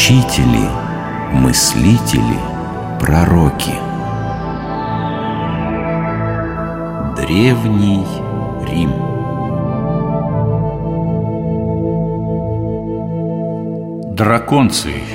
учители, мыслители, пророки. Древний Рим. Драконций.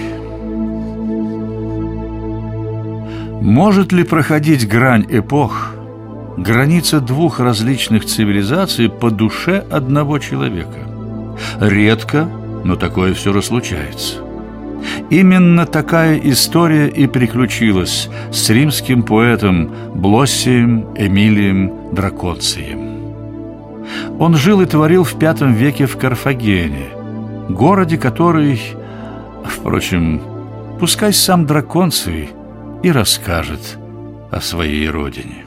Может ли проходить грань эпох, граница двух различных цивилизаций по душе одного человека? Редко, но такое все раз случается. Именно такая история и приключилась с римским поэтом Блоссием Эмилием Драконцием. Он жил и творил в V веке в Карфагене, городе, который, впрочем, пускай сам Драконций и расскажет о своей родине.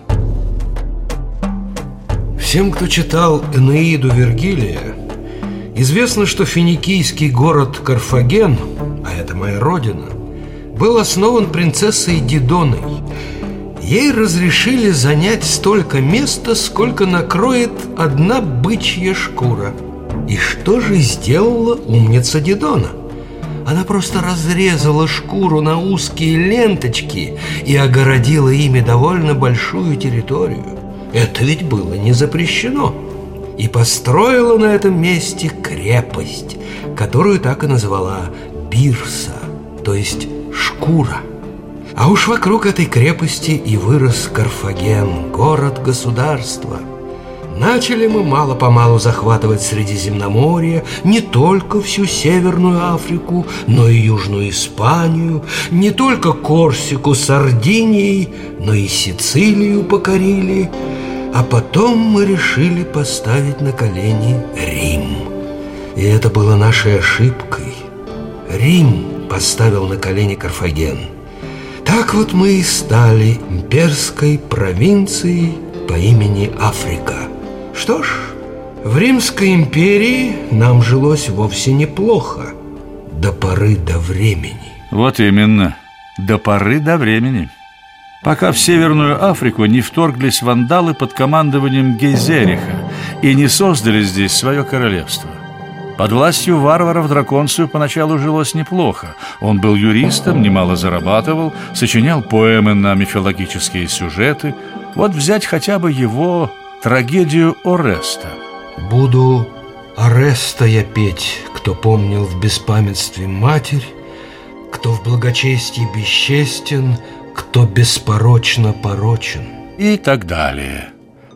Всем, кто читал Энеиду Вергилия, известно, что финикийский город Карфаген, а это моя родина, был основан принцессой Дидоной. Ей разрешили занять столько места, сколько накроет одна бычья шкура. И что же сделала умница Дидона? Она просто разрезала шкуру на узкие ленточки и огородила ими довольно большую территорию. Это ведь было не запрещено. И построила на этом месте крепость, которую так и назвала Бирса, то есть шкура. А уж вокруг этой крепости и вырос Карфаген, город-государство. Начали мы мало-помалу захватывать Средиземноморье, не только всю Северную Африку, но и Южную Испанию, не только Корсику, Сардинией, но и Сицилию покорили. А потом мы решили поставить на колени Рим. И это было нашей ошибкой. Рим поставил на колени Карфаген. Так вот мы и стали имперской провинцией по имени Африка. Что ж, в Римской империи нам жилось вовсе неплохо. До поры до времени. Вот именно, до поры до времени. Пока в Северную Африку не вторглись вандалы под командованием Гейзериха и не создали здесь свое королевство. Под властью варваров Драконцию поначалу жилось неплохо. Он был юристом, немало зарабатывал, сочинял поэмы на мифологические сюжеты. Вот взять хотя бы его трагедию Ореста. Буду Ореста я петь, кто помнил в беспамятстве матерь, кто в благочестии бесчестен, кто беспорочно порочен. И так далее.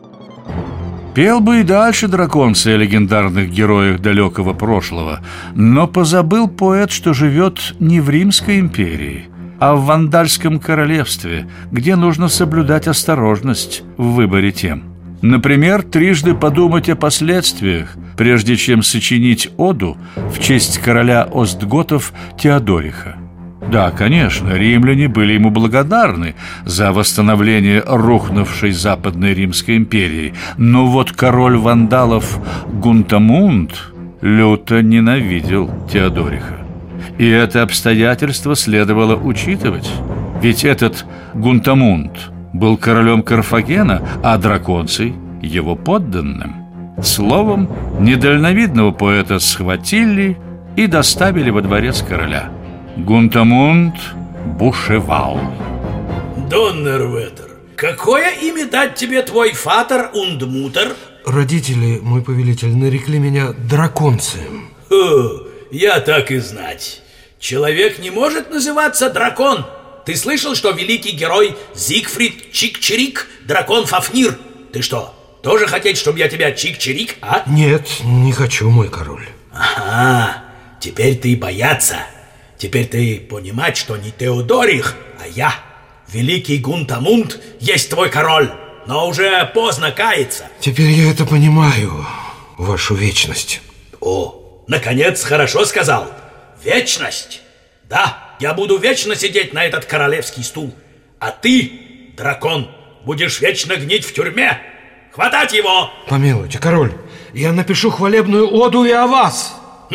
Пел бы и дальше Драконций о легендарных героях далекого прошлого, но позабыл поэт, что живет не в Римской империи, а в Вандальском королевстве, где нужно соблюдать осторожность в выборе тем. Например, трижды подумать о последствиях, прежде чем сочинить оду в честь короля остготов Теодориха. Да, конечно, римляне были ему благодарны за восстановление рухнувшей Западной Римской империи, но вот король вандалов Гунтамунд люто ненавидел Теодориха. И это обстоятельство следовало учитывать, ведь этот Гунтамунд был королем Карфагена, а Драконций – его подданным. Словом, недальновидного поэта схватили и доставили во дворец короля. Гунтамунд бушевал. Доннерветер, какое имя дать тебе твой фатер und мутер? Родители, мой повелитель, нарекли меня Драконцием. Я так и знать. Человек не может называться дракон. Ты слышал, что великий герой Зигфрид Чик-Чирик, дракон Фафнир? Ты что, тоже хотеть, чтобы я тебя Чик-Чирик, а? Нет, не хочу, мой король. Ага, теперь ты бояться. Теперь ты понимать, что не Теодорих, а я, великий Гунтамунд, есть твой король. Но уже поздно каяться. Теперь я это понимаю, вашу вечность. О, наконец, хорошо сказал. Вечность. Да, я буду вечно сидеть на этот королевский стул. А ты, дракон, будешь вечно гнить в тюрьме. Хватать его! Помилуйте, король, я напишу хвалебную оду и о вас.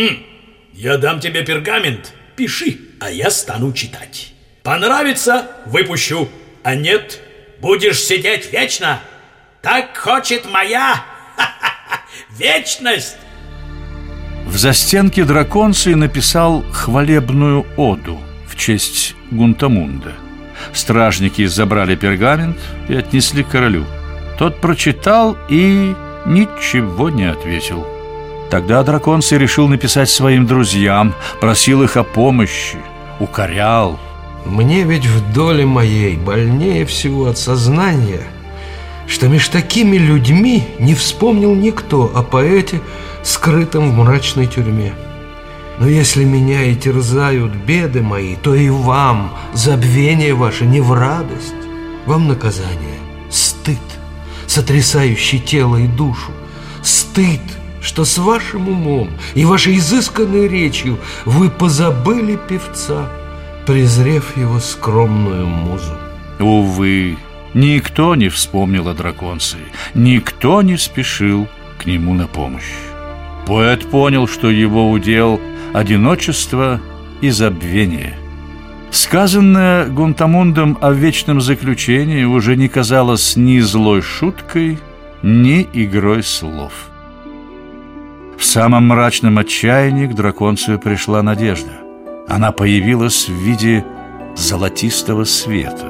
Я дам тебе пергамент. Пиши, а я стану читать. Понравится – выпущу, а нет – будешь сидеть вечно. Так хочет моя вечность. В застенке Драконций написал хвалебную оду в честь Гунтамунда. Стражники забрали пергамент и отнесли к королю. Тот прочитал и ничего не ответил. Тогда Драконций решил написать своим друзьям, просил их о помощи, укорял. Мне ведь в доле моей больнее всего от сознания, что меж такими людьми не вспомнил никто о поэте, скрытом в мрачной тюрьме. Но если меня и терзают беды мои, то и вам забвение ваше не в радость. Вам наказание — стыд, сотрясающий тело и душу. Стыд, что с вашим умом и вашей изысканной речью вы позабыли певца, презрев его скромную музу. Увы, никто не вспомнил о Драконции, никто не спешил к нему на помощь. Поэт понял, что его удел — одиночество и забвение. Сказанное Гунтамундом о вечном заключении уже не казалось ни злой шуткой, ни игрой слов. В самом мрачном отчаянии к Драконцию пришла надежда. Она появилась в виде золотистого света.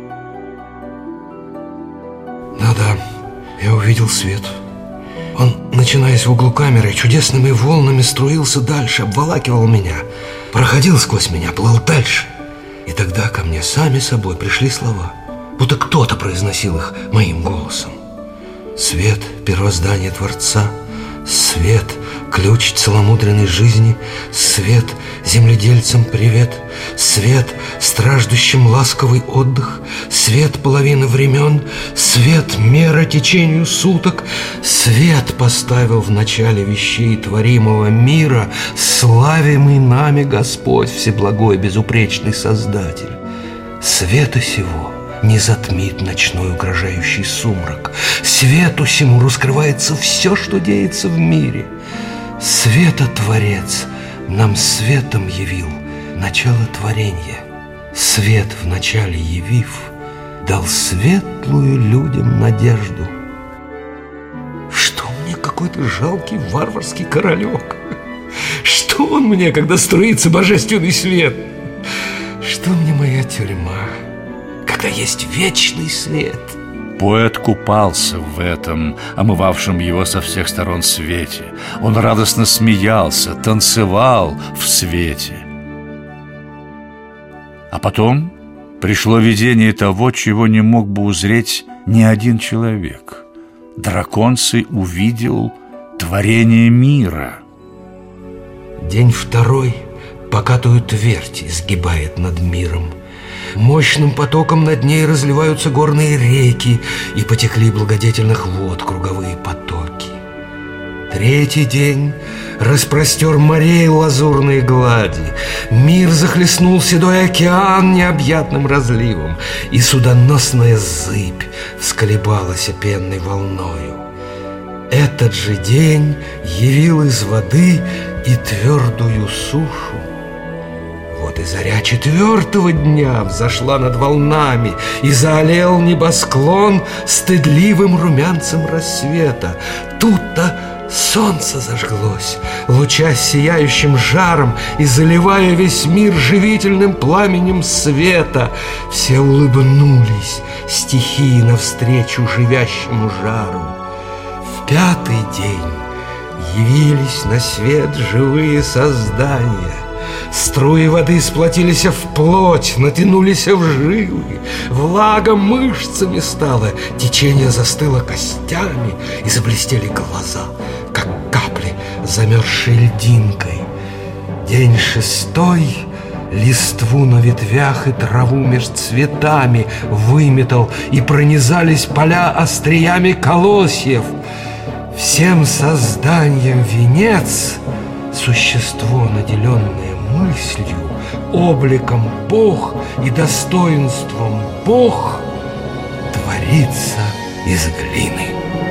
Да-да, я увидел свет. Он, начинаясь в углу камеры, чудесными волнами струился дальше, обволакивал меня, проходил сквозь меня, плыл дальше. И тогда ко мне сами собой пришли слова, будто кто-то произносил их моим голосом. Свет — первоздание Творца, свет — ключ целомудренной жизни, свет — земледельцам привет, свет — страждущим ласковый отдых, свет — половина времен, свет — мера течению суток, свет поставил в начале вещей творимого мира славимый нами Господь, всеблагой, безупречный Создатель. Света сего не затмит ночной угрожающий сумрак. Свету сему раскрывается все, что деется в мире. Света-творец нам светом явил начало творения. Свет в начале явив, дал светлую людям надежду. Что мне какой-то жалкий варварский королек? Что он мне, когда струится божественный свет? Что мне моя тюрьма, когда есть вечный свет? Поэт купался в этом, омывавшем его со всех сторон свете. Он радостно смеялся, танцевал в свете. А потом пришло видение того, чего не мог бы узреть ни один человек. Драконций увидел творение мира. День второй покатую твердь изгибает над миром. Мощным потоком над ней разливаются горные реки, и потекли благодетельных вод круговые потоки. Третий день распростер морей лазурные глади. Мир захлестнул седой океан необъятным разливом, и судоносная зыбь всколебалась пенной волною. Этот же день явил из воды и твердую сушу. Вот и заря четвертого дня взошла над волнами, и заолел небосклон стыдливым румянцем рассвета. Тут-то солнце зажглось, лучась сияющим жаром и заливая весь мир живительным пламенем света. Все улыбнулись стихии навстречу живящему жару. В пятый день явились на свет живые создания. Струи воды сплотились в плоть, натянулись в жилы. Влага мышцами стала, течение застыло костями, и заблестели глаза, как капли, замерзшей льдинкой. День шестой листву на ветвях и траву меж цветами выметал, и пронизались поля остриями колосьев. Всем созданием венец — существо, наделенное мыслью, обликом Бог и достоинством Бог, творится из глины.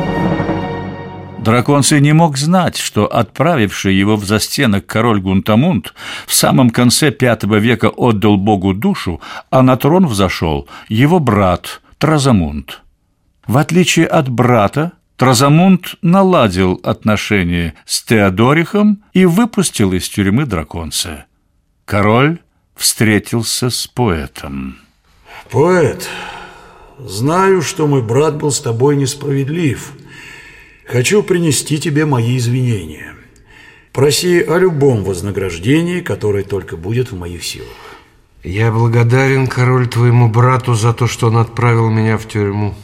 Драконций не мог знать, что отправивший его в застенок король Гунтамунд в самом конце V века отдал Богу душу, а на трон взошел его брат Тразамунд. В отличие от брата, Тразамунд наладил отношения с Теодорихом и выпустил из тюрьмы драконца. Король встретился с поэтом. Поэт, знаю, что мой брат был с тобой несправедлив. Хочу принести тебе мои извинения. Проси о любом вознаграждении, которое только будет в моих силах. Я благодарен, король, твоему брату за то, что он отправил меня в тюрьму.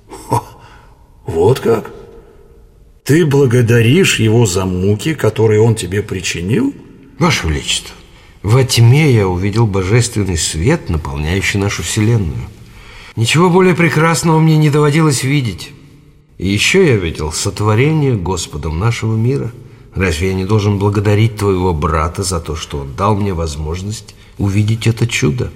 Вот как? Ты благодаришь его за муки, которые он тебе причинил? Ваше Величество, во тьме я увидел божественный свет, наполняющий нашу вселенную. Ничего более прекрасного мне не доводилось видеть. И еще я видел сотворение Господом нашего мира. Разве я не должен благодарить твоего брата за то, что он дал мне возможность увидеть это чудо?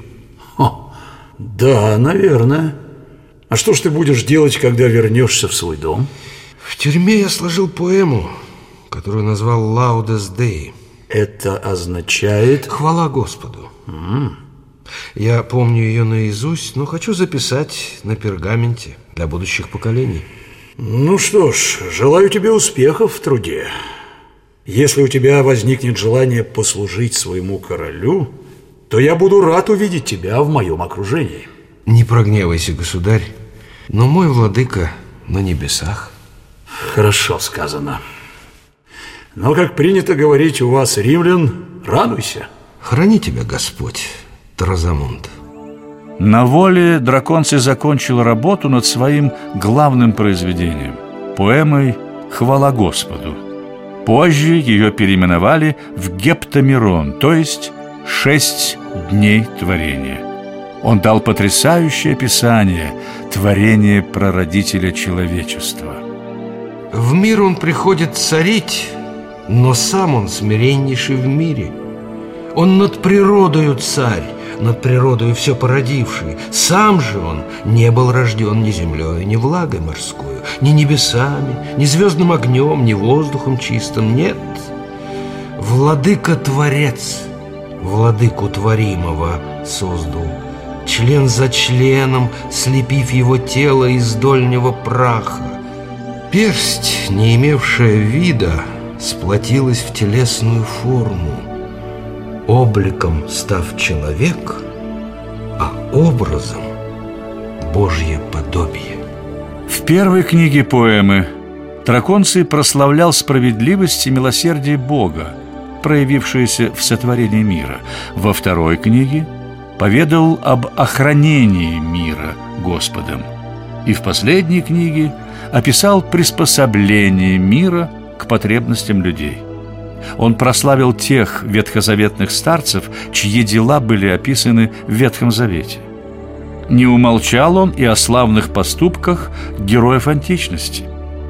Да, наверное. А что ж ты будешь делать, когда вернешься в свой дом? В тюрьме я сложил поэму, которую назвал «Лаудес Дей». Это означает... «Хвала Господу». Я помню ее наизусть, но хочу записать на пергаменте для будущих поколений. Ну что ж, желаю тебе успехов в труде. Если у тебя возникнет желание послужить своему королю, то я буду рад увидеть тебя в моем окружении. Не прогневайся, государь, но мой владыка на небесах. Хорошо сказано. Но, как принято говорить у вас, римлян, радуйся. Храни тебя Господь, Тразамунд. На воле драконцы закончил работу над своим главным произведением – поэмой «Хвала Господу». Позже ее переименовали в «Гептамирон», то есть «6 дней творения». Он дал потрясающее описание творения прародителя человечества. В мир он приходит царить, но сам он смиреннейший в мире. Он над природою царь, над природою все породивший. Сам же он не был рожден ни землей, ни влагой морскую, ни небесами, ни звездным огнем, ни воздухом чистым. Нет, владыка-творец, владыку творимого создал, член за членом, слепив его тело из дольнего праха. Персть, не имевшая вида, сплотилась в телесную форму, обликом став человек, а образом Божье подобие. В первой книге поэмы Драконций прославлял справедливость и милосердие Бога, проявившееся в сотворении мира. Во второй книге поведал об охранении мира Господом. И в последней книге описал приспособление мира к потребностям людей. Он прославил тех ветхозаветных старцев, чьи дела были описаны в Ветхом Завете. Не умолчал он и о славных поступках героев античности.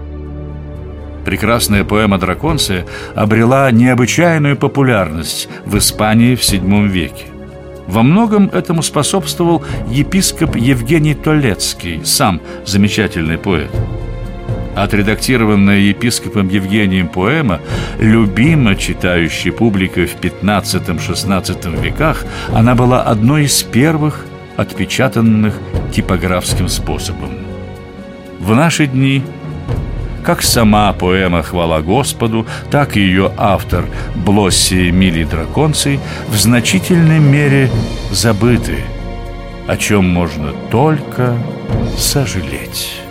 Прекрасная поэма «Драконция» обрела необычайную популярность в Испании в VII веке. Во многом этому способствовал епископ Евгений Толецкий, сам замечательный поэт. Отредактированная епископом Евгением поэма, любима читающей публикой в XV-XVI веках, она была одной из первых отпечатанных типографским способом. В наши дни как сама поэма «Хвала Господу», так и ее автор Блоссий Эмилий Драконций в значительной мере забыты, о чем можно только сожалеть.